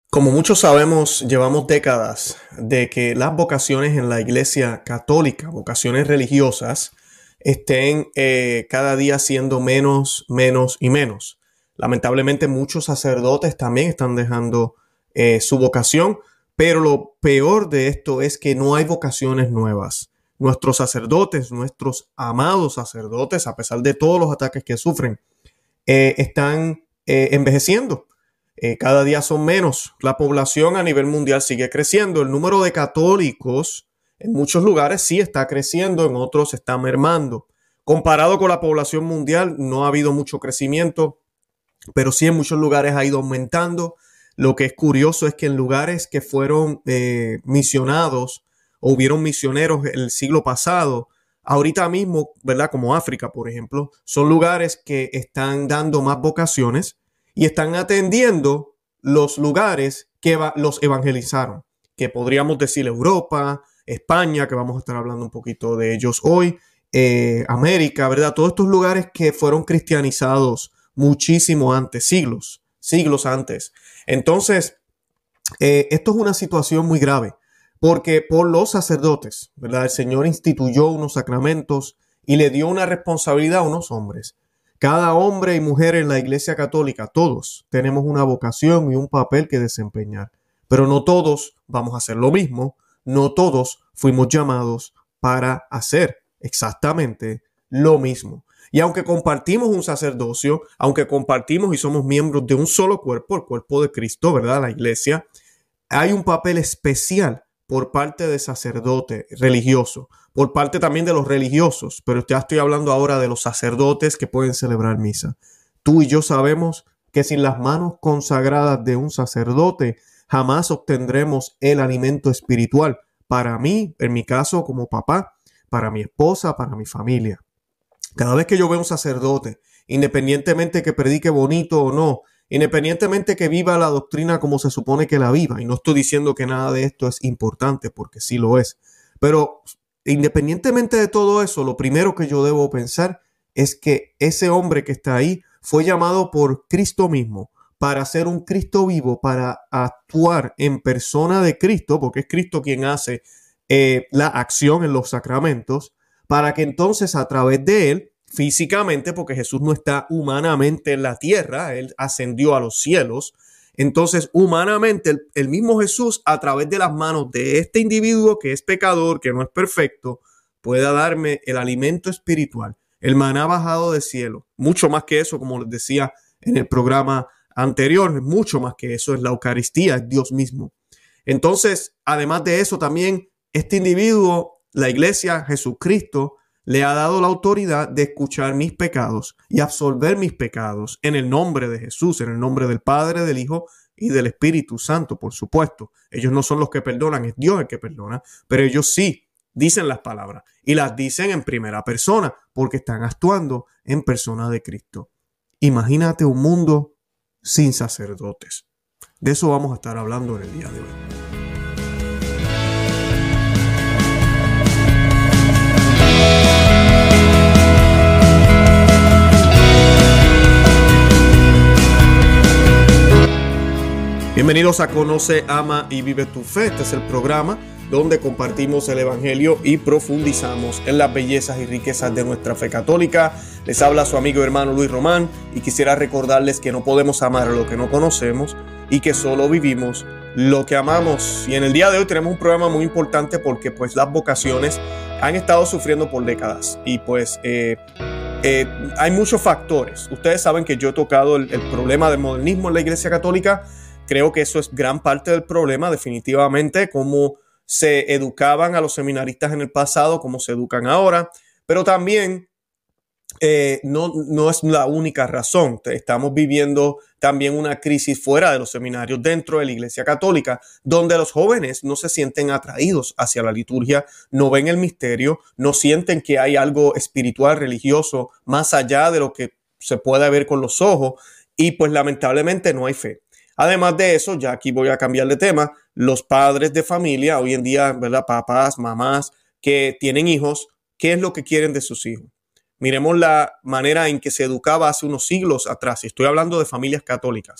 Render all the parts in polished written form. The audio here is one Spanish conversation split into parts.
Como muchos sabemos, llevamos décadas de que las vocaciones en la Iglesia Católica, vocaciones religiosas, estén cada día siendo menos, menos y menos. Lamentablemente muchos sacerdotes también están dejando su vocación, pero lo peor de esto es que no hay vocaciones nuevas. Nuestros sacerdotes, nuestros amados sacerdotes, a pesar de todos los ataques que sufren, están envejeciendo. Cada día son menos. La población a nivel mundial sigue creciendo. El número de católicos en muchos lugares sí está creciendo, en otros está mermando. Comparado con la población mundial, no ha habido mucho crecimiento, pero sí en muchos lugares ha ido aumentando. Lo que es curioso es que en lugares que fueron misionados o hubieron misioneros el siglo pasado, ahorita mismo, ¿verdad? Como África, por ejemplo, son lugares que están dando más vocaciones y están atendiendo los lugares que los evangelizaron, que podríamos decir Europa, España, que vamos a estar hablando un poquito de ellos hoy, América, ¿verdad? Todos estos lugares que fueron cristianizados muchísimo antes, siglos antes. Entonces, esto es una situación muy grave, porque por los sacerdotes, ¿verdad? El Señor instituyó unos sacramentos y le dio una responsabilidad a unos hombres. Cada hombre y mujer en la Iglesia Católica, todos tenemos una vocación y un papel que desempeñar, pero no todos vamos a hacer lo mismo, no todos fuimos llamados para hacer exactamente lo mismo. Y aunque compartimos un sacerdocio, aunque compartimos y somos miembros de un solo cuerpo, el cuerpo de Cristo, ¿verdad? La Iglesia, hay un papel especial por parte del sacerdote religioso, por parte también de los religiosos, pero ya estoy hablando ahora de los sacerdotes que pueden celebrar misa. Tú y yo sabemos que sin las manos consagradas de un sacerdote jamás obtendremos el alimento espiritual. Para mí, en mi caso como papá, para mi esposa, para mi familia. Cada vez que yo veo un sacerdote, independientemente que predique bonito o no, independientemente que viva la doctrina como se supone que la viva, y no estoy diciendo que nada de esto es importante, porque sí lo es, pero independientemente de todo eso, lo primero que yo debo pensar es que ese hombre que está ahí fue llamado por Cristo mismo para ser un Cristo vivo, para actuar en persona de Cristo, porque es Cristo quien hace la acción en los sacramentos, para que entonces a través de él, físicamente, porque Jesús no está humanamente en la tierra, él ascendió a los cielos, entonces humanamente el mismo Jesús a través de las manos de este individuo que es pecador, que no es perfecto, pueda darme el alimento espiritual, el maná bajado del cielo, mucho más que eso, como les decía en el programa anterior, mucho más que eso es la Eucaristía, es Dios mismo. Entonces, además de eso también, este individuo, la Iglesia, Jesucristo, le ha dado la autoridad de escuchar mis pecados y absolver mis pecados en el nombre de Jesús, en el nombre del Padre, del Hijo y del Espíritu Santo, por supuesto. Ellos no son los que perdonan, es Dios el que perdona, pero ellos sí dicen las palabras y las dicen en primera persona porque están actuando en persona de Cristo. Imagínate un mundo sin sacerdotes. De eso vamos a estar hablando en el día de hoy. Bienvenidos a Conoce, Ama y Vive tu Fe. Este es el programa donde compartimos el Evangelio y profundizamos en las bellezas y riquezas de nuestra fe católica. Les habla su amigo y hermano Luis Román y quisiera recordarles que no podemos amar lo que no conocemos y que solo vivimos lo que amamos. Y en el día de hoy tenemos un programa muy importante porque pues las vocaciones han estado sufriendo por décadas y pues hay muchos factores. Ustedes saben que yo he tocado el problema del modernismo en la Iglesia Católica. Creo que eso es gran parte del problema, definitivamente, cómo se educaban a los seminaristas en el pasado, cómo se educan ahora, pero también no es la única razón. Estamos viviendo también una crisis fuera de los seminarios, dentro de la Iglesia Católica, donde los jóvenes no se sienten atraídos hacia la liturgia, no ven el misterio, no sienten que hay algo espiritual, religioso, más allá de lo que se puede ver con los ojos, y pues lamentablemente no hay fe. Además de eso, ya aquí voy a cambiar de tema, los padres de familia, hoy en día, ¿verdad? Papás, mamás que tienen hijos, ¿qué es lo que quieren de sus hijos? Miremos la manera en que se educaba hace unos siglos atrás, y estoy hablando de familias católicas,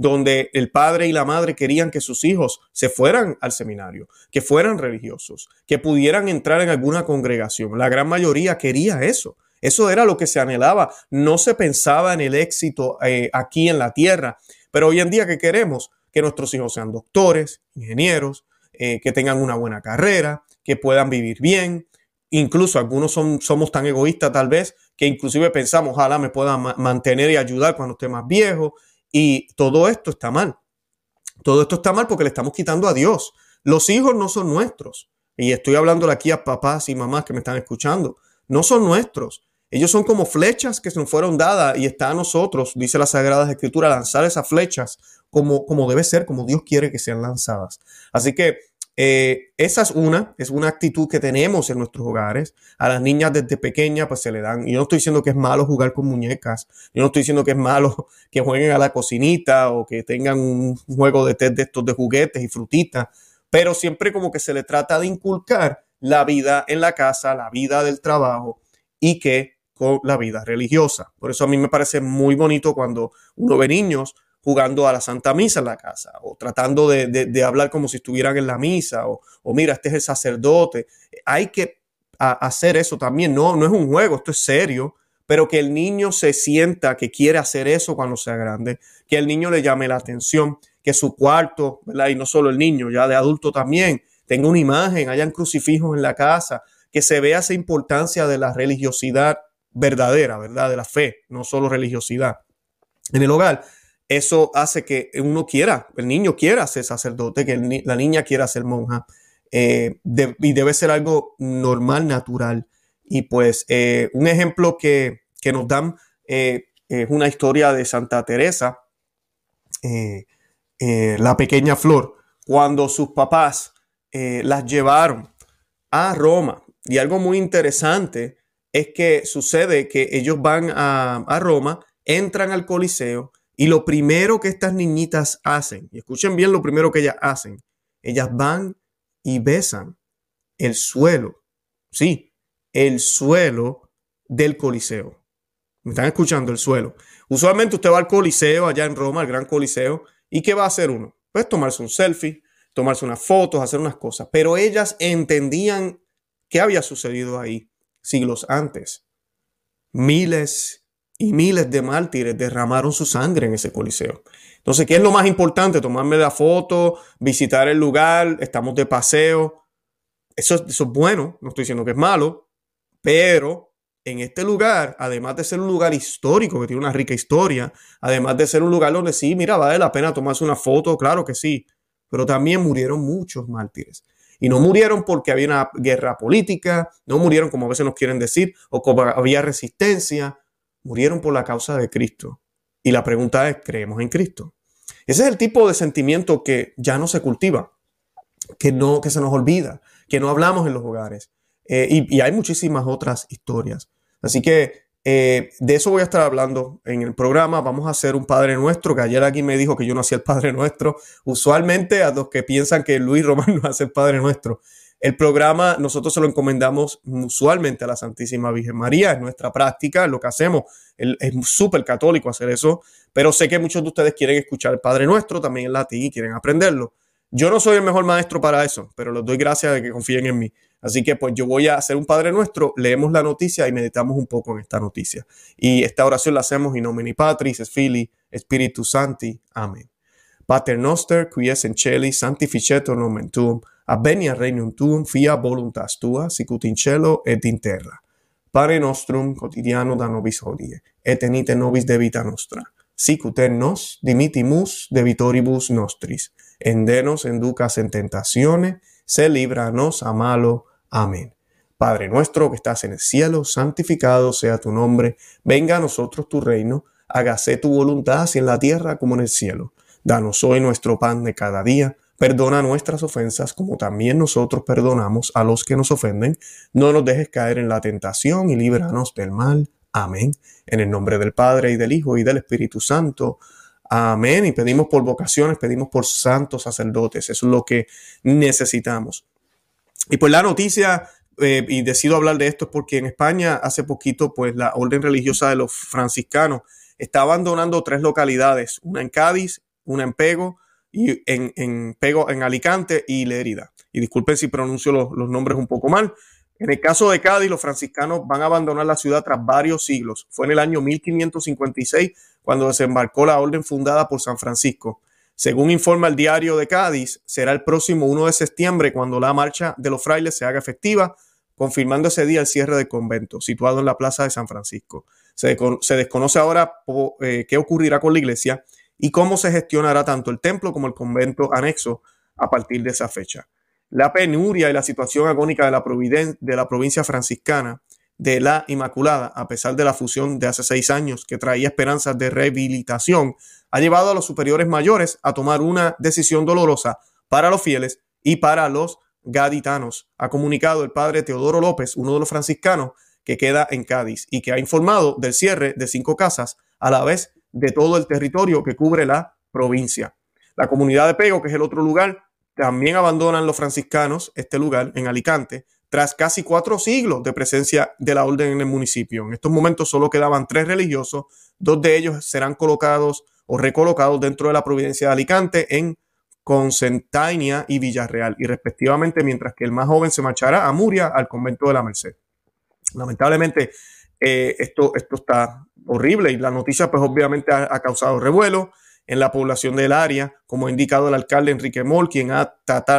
donde el padre y la madre querían que sus hijos se fueran al seminario, que fueran religiosos, que pudieran entrar en alguna congregación. La gran mayoría quería eso. Eso era lo que se anhelaba. No se pensaba en el éxito aquí en la tierra. Pero hoy en día, ¿qué queremos? Que nuestros hijos sean doctores, ingenieros, que tengan una buena carrera, que puedan vivir bien. Incluso algunos somos tan egoístas tal vez que inclusive pensamos, ojalá me pueda mantener y ayudar cuando esté más viejo. Y todo esto está mal. Todo esto está mal porque le estamos quitando a Dios. Los hijos no son nuestros. Y estoy hablando aquí a papás y mamás que me están escuchando. No son nuestros. Ellos son como flechas que se nos fueron dadas y está a nosotros, dice la Sagrada Escritura, lanzar esas flechas como debe ser, como Dios quiere que sean lanzadas. Así que esa es una actitud que tenemos en nuestros hogares. A las niñas desde pequeñas pues se le dan, y yo no estoy diciendo que es malo jugar con muñecas, yo no estoy diciendo que es malo que jueguen a la cocinita o que tengan un juego de estos de juguetes y frutitas, pero siempre como que se le trata de inculcar la vida en la casa, la vida del trabajo y que con la vida religiosa. Por eso a mí me parece muy bonito cuando uno ve niños jugando a la Santa Misa en la casa o tratando de hablar como si estuvieran en la misa o mira, este es el sacerdote. Hay que hacer eso también. No es un juego, esto es serio, pero que el niño se sienta que quiere hacer eso cuando sea grande, que el niño le llame la atención, que su cuarto, ¿verdad? Y no solo el niño, ya de adulto también, tenga una imagen, hayan crucifijos en la casa, que se vea esa importancia de la religiosidad verdadera, ¿verdad? De la fe, no solo religiosidad. En el hogar, eso hace que el niño quiera ser sacerdote, que la niña quiera ser monja, y debe ser algo normal, natural. Y pues un ejemplo que nos dan es una historia de Santa Teresa, la pequeña Flor, cuando sus papás las llevaron a Roma. Y algo muy interesante es que sucede que ellos van a Roma, entran al Coliseo y lo primero que estas niñitas hacen, y escuchen bien lo primero que ellas van y besan el suelo, sí, el suelo del Coliseo. ¿Me están escuchando? El suelo. Usualmente usted va al Coliseo, allá en Roma, al Gran Coliseo, ¿y qué va a hacer uno? Pues tomarse un selfie, tomarse unas fotos, hacer unas cosas. Pero ellas entendían qué había sucedido ahí siglos antes. Miles y miles de mártires derramaron su sangre en ese Coliseo. Entonces, ¿qué es lo más importante? Tomarme la foto, visitar el lugar, estamos de paseo. Eso es bueno, no estoy diciendo que es malo, pero en este lugar, además de ser un lugar histórico, que tiene una rica historia, además de ser un lugar donde sí, mira, vale la pena tomarse una foto, claro que sí, pero también murieron muchos mártires. Y no murieron porque había una guerra política, no murieron como a veces nos quieren decir, o como había resistencia, murieron por la causa de Cristo. Y la pregunta es, ¿creemos en Cristo? Ese es el tipo de sentimiento que ya no se cultiva, que se nos olvida, que no hablamos en los hogares. Y hay muchísimas otras historias. Así que de eso voy a estar hablando en el programa. Vamos a hacer un Padre Nuestro, que ayer aquí me dijo que yo no hacía el Padre Nuestro. Usualmente a los que piensan que Luis Román no hace el Padre Nuestro. El programa nosotros se lo encomendamos usualmente a la Santísima Virgen María. Es nuestra práctica, es lo que hacemos. Es súper católico hacer eso. Pero sé que muchos de ustedes quieren escuchar el Padre Nuestro también en latín y quieren aprenderlo. Yo no soy el mejor maestro para eso, pero les doy gracias de que confíen en mí. Así que pues yo voy a hacer un Padre Nuestro, leemos la noticia y meditamos un poco en esta noticia. Y esta oración la hacemos in nomine Patris, et Filii, Spiritus Sancti. Amén. Pater noster, qui es in celi, sanctificetur nomen tuum, adveniat regnum tuum, fiat voluntas tua, sicut in cielo et in terra. Pane nostrum quotidiano da nobis hodie, et tenite nobis debita nostra, sicut et nos dimittimus debitoribus nostris, en denos inducas en tentaciones, se líbranos a malo. Amén. Padre nuestro que estás en el cielo, santificado sea tu nombre. Venga a nosotros tu reino. Hágase tu voluntad así en la tierra como en el cielo. Danos hoy nuestro pan de cada día. Perdona nuestras ofensas como también nosotros perdonamos a los que nos ofenden. No nos dejes caer en la tentación y líbranos del mal. Amén. En el nombre del Padre y del Hijo y del Espíritu Santo. Amén. Y pedimos por vocaciones, pedimos por santos sacerdotes. Eso es lo que necesitamos. Y pues la noticia, y decido hablar de esto, es porque en España hace poquito, pues la orden religiosa de los franciscanos está abandonando 3 localidades, una en Cádiz, una en Pego, y en Pego, en Alicante y Lérida. Y disculpen si pronuncio los nombres un poco mal. En el caso de Cádiz, los franciscanos van a abandonar la ciudad tras varios siglos. Fue en el año 1556 cuando desembarcó la orden fundada por San Francisco. Según informa el Diario de Cádiz, será el próximo 1 de septiembre cuando la marcha de los frailes se haga efectiva, confirmando ese día el cierre del convento, situado en la plaza de San Francisco. Se desconoce ahora qué ocurrirá con la iglesia y cómo se gestionará tanto el templo como el convento anexo a partir de esa fecha. La penuria y la situación agónica de la provincia franciscana de la Inmaculada, a pesar de la fusión de hace 6 años que traía esperanzas de rehabilitación, ha llevado a los superiores mayores a tomar una decisión dolorosa para los fieles y para los gaditanos. Ha comunicado el padre Teodoro López, uno de los franciscanos que queda en Cádiz, y que ha informado del cierre de 5 casas a la vez de todo el territorio que cubre la provincia. La comunidad de Pego, que es el otro lugar, también abandonan los franciscanos este lugar en Alicante tras casi 4 siglos de presencia de la orden en el municipio. En estos momentos solo quedaban 3 religiosos, 2 de ellos serán colocados o recolocados dentro de la provincia de Alicante en Cocentaina y Villarreal, y respectivamente, mientras que el más joven se marchará a Muria, al convento de la Merced. Lamentablemente, esto está horrible y la noticia pues obviamente ha causado revuelo en la población del área, como ha indicado el alcalde Enrique Moll, quien ha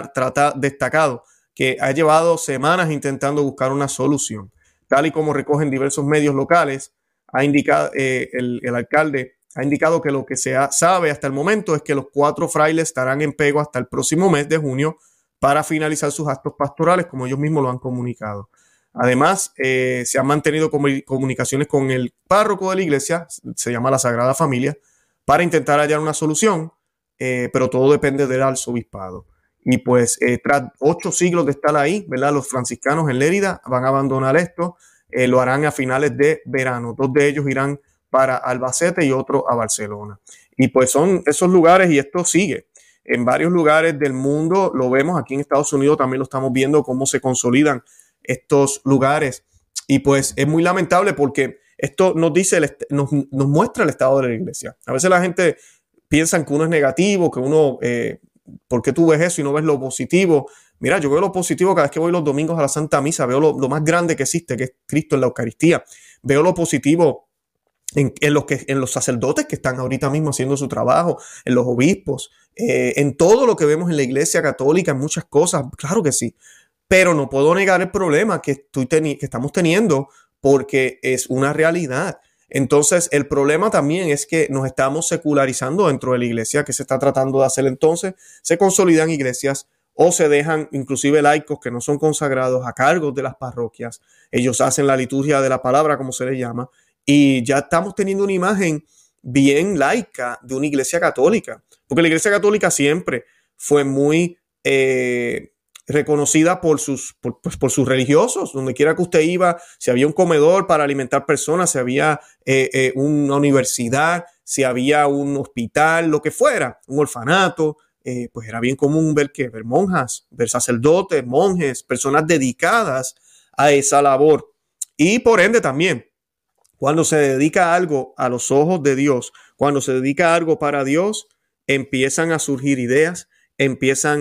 destacado que ha llevado semanas intentando buscar una solución. Tal y como recogen diversos medios locales, ha indicado, el alcalde ha indicado que lo que se sabe hasta el momento es que los 4 frailes estarán en Pego hasta el próximo mes de junio para finalizar sus actos pastorales, como ellos mismos lo han comunicado. Además, se han mantenido comunicaciones con el párroco de la iglesia, se llama la Sagrada Familia, para intentar hallar una solución, pero todo depende del arzobispado. Y pues tras 8 siglos de estar ahí, ¿verdad? Los franciscanos en Lérida van a abandonar esto, lo harán a finales de verano. 2 de ellos irán para Albacete y otro a Barcelona. Y pues son esos lugares, y esto sigue. En varios lugares del mundo lo vemos, aquí en Estados Unidos también lo estamos viendo, cómo se consolidan estos lugares. Y pues es muy lamentable porque esto nos dice, nos muestra el estado de la iglesia. A veces la gente piensa que uno es negativo, que uno, ¿por qué tú ves eso y no ves lo positivo? Mira, yo veo lo positivo cada vez que voy los domingos a la Santa Misa, veo lo más grande que existe, que es Cristo en la Eucaristía. Veo lo positivo en los sacerdotes que están ahorita mismo haciendo su trabajo, en los obispos, en todo lo que vemos en la iglesia católica, en muchas cosas, claro que sí. Pero no puedo negar el problema que estamos teniendo, porque es una realidad. Entonces, el problema también es que nos estamos secularizando dentro de la iglesia. ¿Qué se está tratando de hacer entonces? Se consolidan iglesias o se dejan inclusive laicos que no son consagrados a cargo de las parroquias. Ellos hacen la liturgia de la palabra, como se le llama, y ya estamos teniendo una imagen bien laica de una iglesia católica. Porque la iglesia católica siempre fue muy reconocida por sus religiosos. Donde quiera que usted iba, si había un comedor para alimentar personas, si había una universidad, si había un hospital, lo que fuera, un orfanato, pues era bien común ver monjas, ver sacerdotes, monjes, personas dedicadas a esa labor. Y por ende también, cuando se dedica algo a los ojos de Dios, cuando se dedica algo para Dios, empiezan a surgir ideas, empieza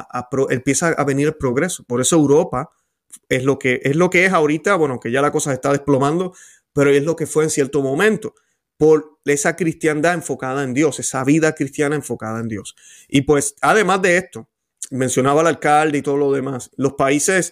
a venir el progreso. Por eso Europa es lo que es ahorita, bueno, que ya la cosa se está desplomando, pero es lo que fue en cierto momento, por esa cristiandad enfocada en Dios, esa vida cristiana enfocada en Dios. Y pues, además de esto, mencionaba el alcalde y todo lo demás, los países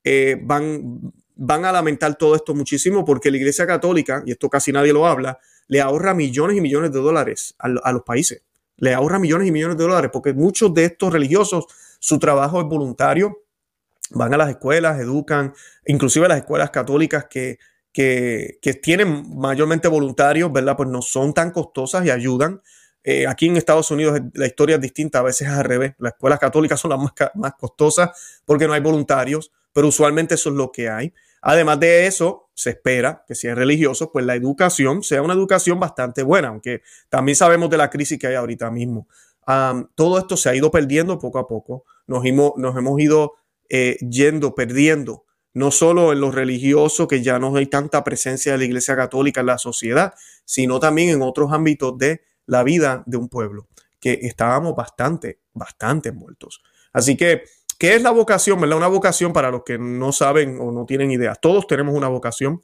van a lamentar todo esto muchísimo, porque la Iglesia Católica, y esto casi nadie lo habla, le ahorra millones y millones de dólares a los países. Le ahorra millones y millones de dólares, porque muchos de estos religiosos, su trabajo es voluntario, van a las escuelas, educan, inclusive las escuelas católicas que tienen mayormente voluntarios, ¿verdad? Pues no son tan costosas y ayudan. Aquí en Estados Unidos la historia es distinta, a veces es al revés. Las escuelas católicas son las más costosas porque no hay voluntarios, pero usualmente eso es lo que hay. Además de eso, se espera que si es religioso, pues la educación sea una educación bastante buena, aunque también sabemos de la crisis que hay ahorita mismo. Todo esto se ha ido perdiendo poco a poco. Nos hemos ido perdiendo, no solo en lo religioso, que ya no hay tanta presencia de la Iglesia Católica en la sociedad, sino también en otros ámbitos de la vida de un pueblo. que estábamos bastante envueltos. Así que, ¿qué es la vocación? ¿Verdad? Una vocación, para los que no saben o no tienen idea, todos tenemos una vocación,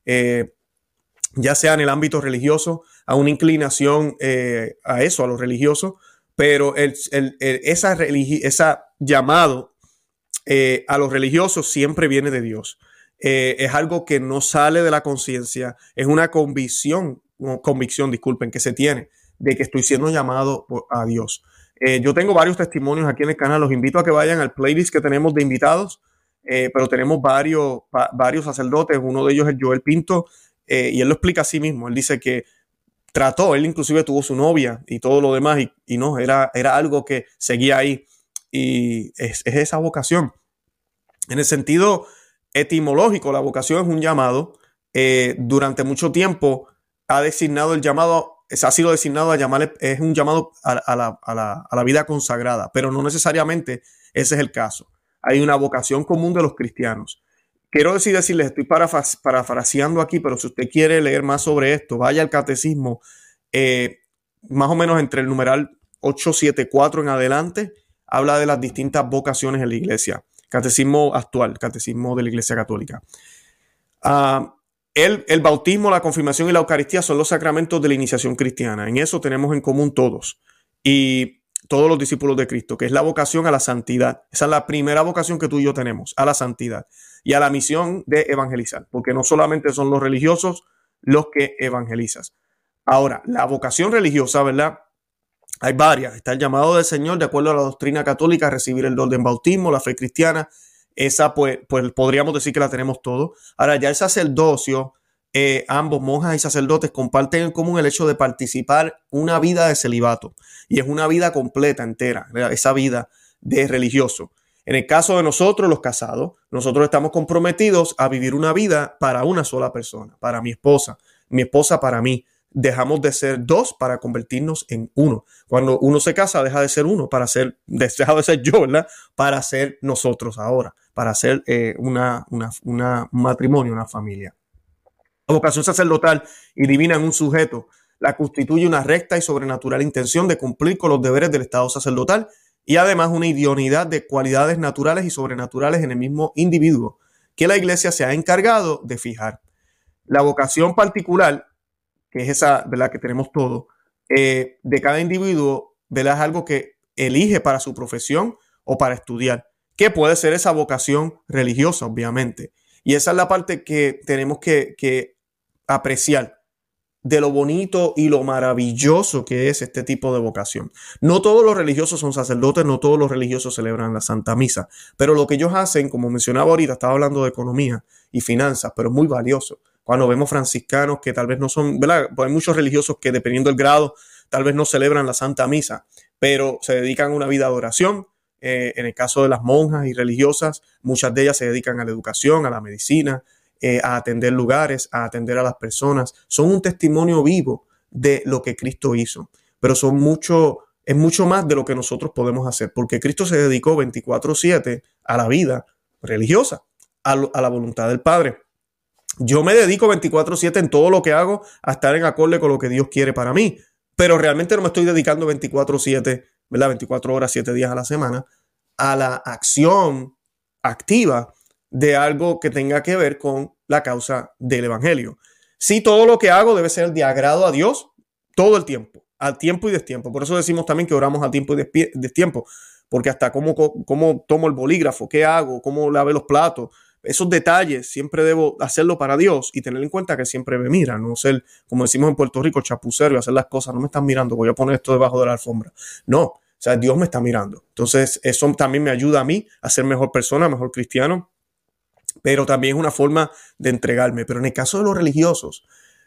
ya sea en el ámbito religioso, a una inclinación a eso, a lo religioso, pero esa llamado a los religiosos siempre viene de Dios. Es algo que no sale de la conciencia, es una convicción, disculpen, que se tiene de que estoy siendo llamado a Dios. Yo tengo varios testimonios aquí en el canal, los invito a que vayan al playlist que tenemos de invitados, pero tenemos varios sacerdotes, uno de ellos es Joel Pinto, y él lo explica a sí mismo. Él dice que él inclusive tuvo su novia y todo lo demás, y no, era algo que seguía ahí, y es esa vocación. En el sentido etimológico, la vocación es un llamado. Durante mucho tiempo ha sido designado a llamar, es un llamado a la vida consagrada, pero no necesariamente ese es el caso. Hay una vocación común de los cristianos. Quiero decirles, estoy parafraseando aquí, pero si usted quiere leer más sobre esto, vaya al catecismo, más o menos entre el numeral 874 en adelante, habla de las distintas vocaciones en la iglesia. Catecismo actual, catecismo de la Iglesia Católica. El bautismo, la confirmación y la Eucaristía son los sacramentos de la iniciación cristiana. En eso tenemos en común todos y todos los discípulos de Cristo, que es la vocación a la santidad. Esa es la primera vocación que tú y yo tenemos, a la santidad y a la misión de evangelizar, porque no solamente son los religiosos los que evangelizas. Ahora, la vocación religiosa, ¿verdad? Hay varias. Está el llamado del Señor, de acuerdo a la doctrina católica, a recibir el don del bautismo, la fe cristiana. Esa, pues podríamos decir que la tenemos todos. Ahora, ya el sacerdocio, ambos, monjas y sacerdotes, comparten en común el hecho de participar una vida de celibato. Y es una vida completa, entera, ¿verdad? Esa vida de religioso. En el caso de nosotros, los casados, nosotros estamos comprometidos a vivir una vida para una sola persona, para mi esposa para mí. Dejamos de ser dos para convertirnos en uno. Cuando uno se casa, deja de ser uno deja de ser yo, ¿verdad? Para ser nosotros ahora, para ser un matrimonio, una familia. La vocación sacerdotal y divina en un sujeto la constituye una recta y sobrenatural intención de cumplir con los deberes del estado sacerdotal y además una idoneidad de cualidades naturales y sobrenaturales en el mismo individuo que la Iglesia se ha encargado de fijar. La vocación particular, que es esa, ¿verdad?, que tenemos todos, de cada individuo, ¿verdad?, es algo que elige para su profesión o para estudiar, que puede ser esa vocación religiosa, obviamente. Y esa es la parte que tenemos que apreciar de lo bonito y lo maravilloso que es este tipo de vocación. No todos los religiosos son sacerdotes, no todos los religiosos celebran la Santa Misa, pero lo que ellos hacen, como mencionaba ahorita, estaba hablando de economía y finanzas, pero es muy valioso. Cuando vemos franciscanos que tal vez no son, ¿verdad? Pues hay muchos religiosos que dependiendo del grado tal vez no celebran la Santa Misa, pero se dedican a una vida de oración. En el caso de las monjas y religiosas, muchas de ellas se dedican a la educación, a la medicina, a atender lugares, a atender a las personas. Son un testimonio vivo de lo que Cristo hizo, pero es mucho más de lo que nosotros podemos hacer, porque Cristo se dedicó 24/7 a la vida religiosa, a la voluntad del Padre. Yo me dedico 24/7 en todo lo que hago a estar en acorde con lo que Dios quiere para mí, pero realmente no me estoy dedicando 24/7, ¿verdad? 24 horas, 7 días a la semana, a la acción activa de algo que tenga que ver con la causa del evangelio. Sí, todo lo que hago debe ser de agrado a Dios todo el tiempo, a tiempo y destiempo. Por eso decimos también que oramos a tiempo y destiempo, porque hasta cómo tomo el bolígrafo, qué hago, cómo lavé los platos, esos detalles siempre debo hacerlo para Dios y tener en cuenta que siempre me mira, no ser, como decimos en Puerto Rico, chapucero y hacer las cosas, no me están mirando, voy a poner esto debajo de la alfombra. No, o sea, Dios me está mirando. Entonces, eso también me ayuda a mí a ser mejor persona, mejor cristiano, pero también es una forma de entregarme. Pero en el caso de los religiosos,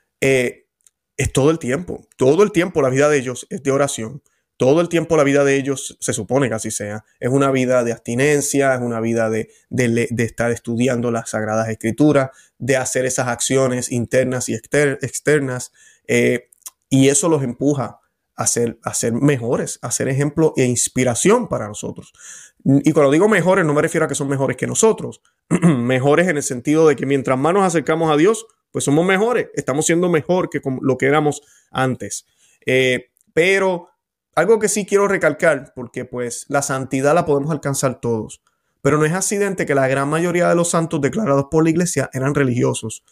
es todo el tiempo la vida de ellos es de oración. Todo el tiempo la vida de ellos, se supone que así sea, es una vida de abstinencia, es una vida de estar estudiando las Sagradas Escrituras, de hacer esas acciones internas y externas, y eso los empuja a ser mejores, a ser ejemplo e inspiración para nosotros. Y cuando digo mejores, no me refiero a que son mejores que nosotros, mejores en el sentido de que mientras más nos acercamos a Dios, pues somos mejores, estamos siendo mejor que lo que éramos antes. Pero algo que sí quiero recalcar, porque pues la santidad la podemos alcanzar todos, pero no es accidente que la gran mayoría de los santos declarados por la iglesia eran religiosos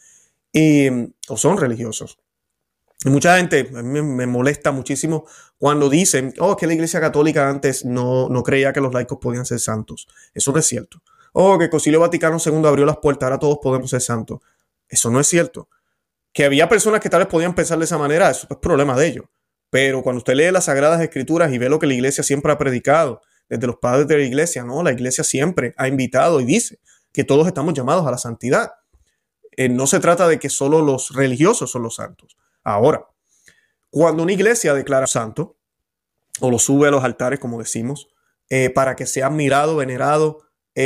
o son religiosos. Y mucha gente me molesta muchísimo cuando dicen, oh, que la Iglesia Católica antes no creía que los laicos podían ser santos. Eso no es cierto. Oh, que el Concilio Vaticano II abrió las puertas, ahora todos podemos ser santos. Eso no es cierto. Que había personas que tal vez podían pensar de esa manera, eso es problema de ellos. Pero cuando usted lee las Sagradas Escrituras y ve lo que la Iglesia siempre ha predicado, desde los padres de la Iglesia, no, la Iglesia siempre ha invitado y dice que todos estamos llamados a la santidad. No se trata de que solo los religiosos son los santos. Ahora, cuando una iglesia declara santo o lo sube a los altares, como decimos, para que sea admirado, venerado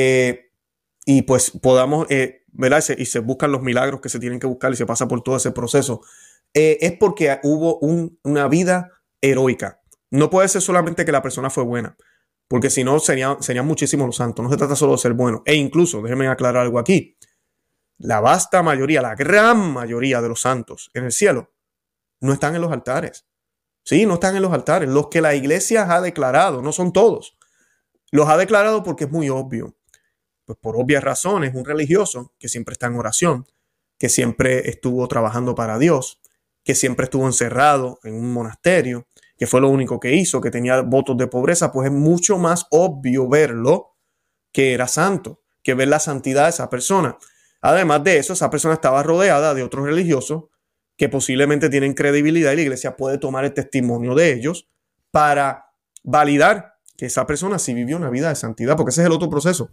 y pues podamos, ¿verdad? Y se buscan los milagros que se tienen que buscar y se pasa por todo ese proceso, es porque hubo una vida heroica. No puede ser solamente que la persona fue buena, porque si no serían muchísimos los santos. No se trata solo de ser bueno. E incluso, déjenme aclarar algo aquí, la vasta mayoría, la gran mayoría de los santos en el cielo no están en los altares. Sí, no están en los altares. Los que la iglesia ha declarado, no son todos. Los ha declarado porque es muy obvio. Pues por obvias razones, un religioso que siempre está en oración, que siempre estuvo trabajando para Dios, que siempre estuvo encerrado en un monasterio, que fue lo único que hizo, que tenía votos de pobreza, pues es mucho más obvio verlo que era santo, que ver la santidad de esa persona. Además de eso, esa persona estaba rodeada de otros religiosos que posiblemente tienen credibilidad y la iglesia puede tomar el testimonio de ellos para validar que esa persona sí vivió una vida de santidad, porque ese es el otro proceso.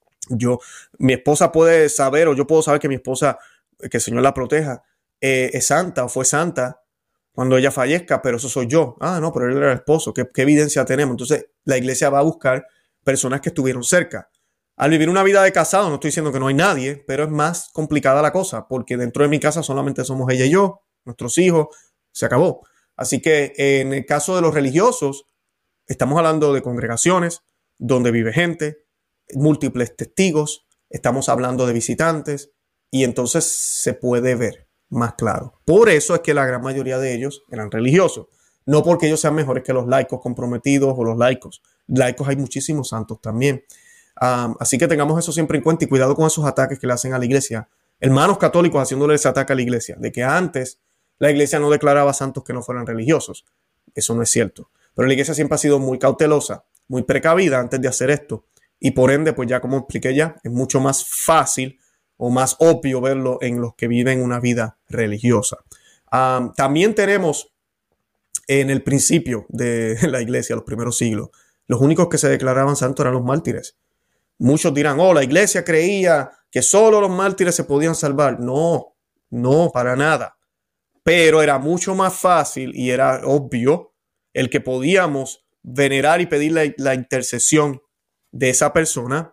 Mi esposa puede saber, o yo puedo saber que mi esposa, que el Señor la proteja, es santa o fue santa cuando ella fallezca, pero eso soy yo. Ah, no, pero él era el esposo. ¿Qué evidencia tenemos? Entonces, la iglesia va a buscar personas que estuvieron cerca. Al vivir una vida de casado, no estoy diciendo que no hay nadie, pero es más complicada la cosa, porque dentro de mi casa solamente somos ella y yo, nuestros hijos, se acabó. Así que en el caso de los religiosos, estamos hablando de congregaciones donde vive gente, múltiples testigos, estamos hablando de visitantes, y entonces se puede ver más claro. Por eso es que la gran mayoría de ellos eran religiosos, no porque ellos sean mejores que los laicos comprometidos o los laicos. Laicos hay muchísimos santos también. Así que tengamos eso siempre en cuenta y cuidado con esos ataques que le hacen a la iglesia. Hermanos católicos haciéndole ese ataque a la iglesia, de que antes la iglesia no declaraba santos que no fueran religiosos. Eso no es cierto. Pero la iglesia siempre ha sido muy cautelosa, muy precavida antes de hacer esto. Y por ende, pues ya como expliqué ya, es mucho más fácil o más obvio verlo en los que viven una vida religiosa. También tenemos en el principio de la iglesia, los primeros siglos, los únicos que se declaraban santos eran los mártires. Muchos dirán, oh, la iglesia creía que solo los mártires se podían salvar. No, no, para nada. Pero era mucho más fácil y era obvio el que podíamos venerar y pedir la intercesión de esa persona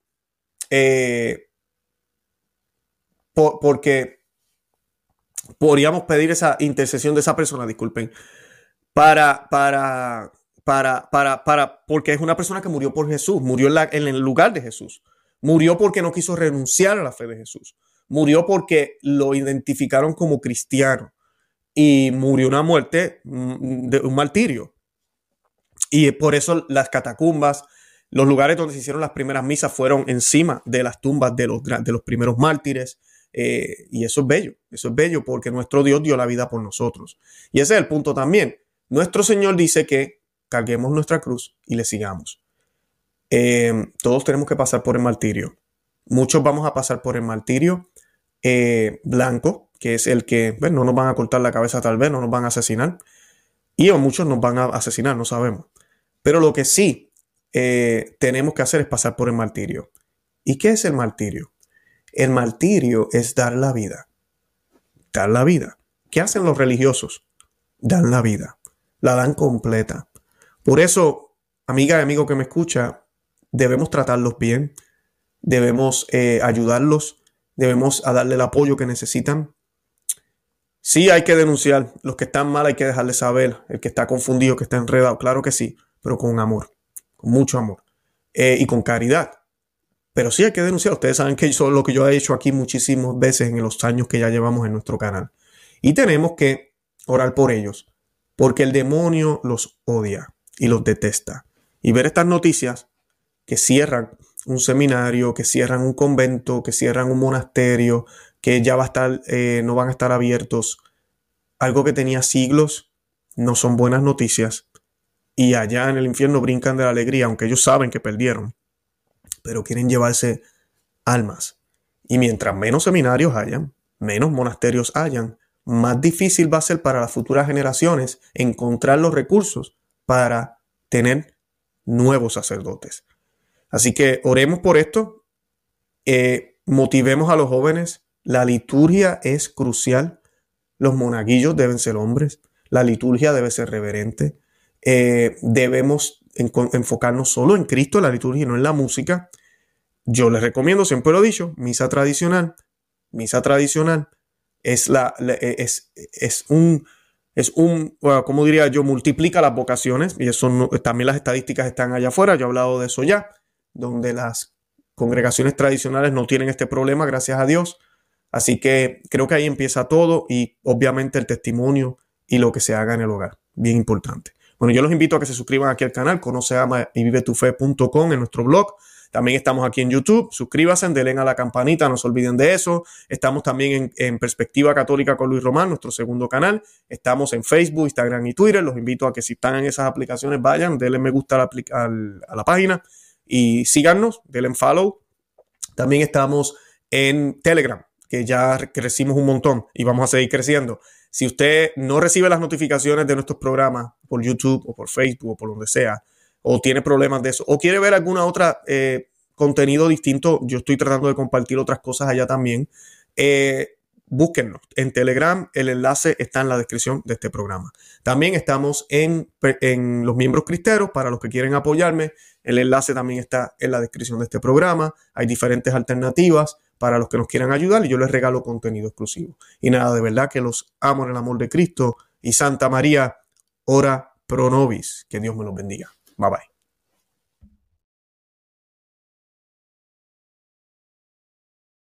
porque podríamos pedir esa intercesión de esa persona, disculpen, porque es una persona que murió por Jesús, murió en el lugar de Jesús, murió porque no quiso renunciar a la fe de Jesús, murió porque lo identificaron como cristiano y murió una muerte de un martirio. Y por eso las catacumbas, los lugares donde se hicieron las primeras misas fueron encima de las tumbas de los primeros mártires. Y eso es bello porque nuestro Dios dio la vida por nosotros. Y ese es el punto también. Nuestro Señor dice que carguemos nuestra cruz y le sigamos. Todos tenemos que pasar por el martirio. Muchos vamos a pasar por el martirio blanco, que es el que no nos van a cortar la cabeza tal vez, no nos van a asesinar. Y a muchos nos van a asesinar, no sabemos. Pero lo que sí tenemos que hacer es pasar por el martirio. ¿Y qué es el martirio? El martirio es dar la vida. Dar la vida. ¿Qué hacen los religiosos? Dan la vida. La dan completa. Por eso, amiga y amigo que me escucha, debemos tratarlos bien. Debemos ayudarlos. Debemos darle el apoyo que necesitan. Sí, hay que denunciar. Los que están mal hay que dejarles saber. El que está confundido, que está enredado, claro que sí, pero con amor, con mucho amor y con caridad. Pero sí hay que denunciar. Ustedes saben que eso es lo que yo he hecho aquí muchísimas veces en los años que ya llevamos en nuestro canal. Y tenemos que orar por ellos. porque el demonio los odia y los detesta. Y ver estas noticias que cierran un seminario, que cierran un convento, que cierran un monasterio, que ya va a estar, no van a estar abiertos, algo que tenía siglos, no son buenas noticias. Y allá en el infierno brincan de la alegría, aunque ellos saben que perdieron, pero quieren llevarse almas. Y mientras menos seminarios hayan, menos monasterios hayan, más difícil va a ser para las futuras generaciones encontrar los recursos para tener nuevos sacerdotes. Así que oremos por esto, motivemos a los jóvenes. La liturgia es crucial. Los monaguillos deben ser hombres. La liturgia debe ser reverente. Debemos enfocarnos solo en Cristo, la liturgia, y no en la música. Yo les recomiendo, siempre lo he dicho, misa tradicional. Misa tradicional es ¿cómo diría yo? Multiplica las vocaciones, y eso no, también las estadísticas están allá afuera. Yo he hablado de eso ya, donde las congregaciones tradicionales no tienen este problema, gracias a Dios. Así que creo que ahí empieza todo, y obviamente el testimonio y lo que se haga en el hogar, bien importante. Bueno, yo los invito a que se suscriban aquí al canal, conoceamayvivetufe.com, en nuestro blog. También estamos aquí en YouTube. Suscríbanse, denle a la campanita, no se olviden de eso. Estamos también en Perspectiva Católica con Luis Román, nuestro segundo canal. Estamos en Facebook, Instagram y Twitter. Los invito a que, si están en esas aplicaciones, vayan, denle me gusta a la página y síganos, denle follow. También estamos en Telegram, que ya crecimos un montón y vamos a seguir creciendo. Si usted no recibe las notificaciones de nuestros programas por YouTube o por Facebook o por donde sea, o tiene problemas de eso, o quiere ver alguna otra contenido distinto, yo estoy tratando de compartir otras cosas allá también, búsquennos en Telegram. El enlace está en la descripción de este programa. También estamos en los miembros cristeros, para los que quieren apoyarme. El enlace también está en la descripción de este programa. Hay diferentes alternativas para los que nos quieran ayudar, y yo les regalo contenido exclusivo. Y nada, de verdad que los amo en el amor de Cristo, y Santa María, ora pro nobis. Que Dios me los bendiga. Bye bye.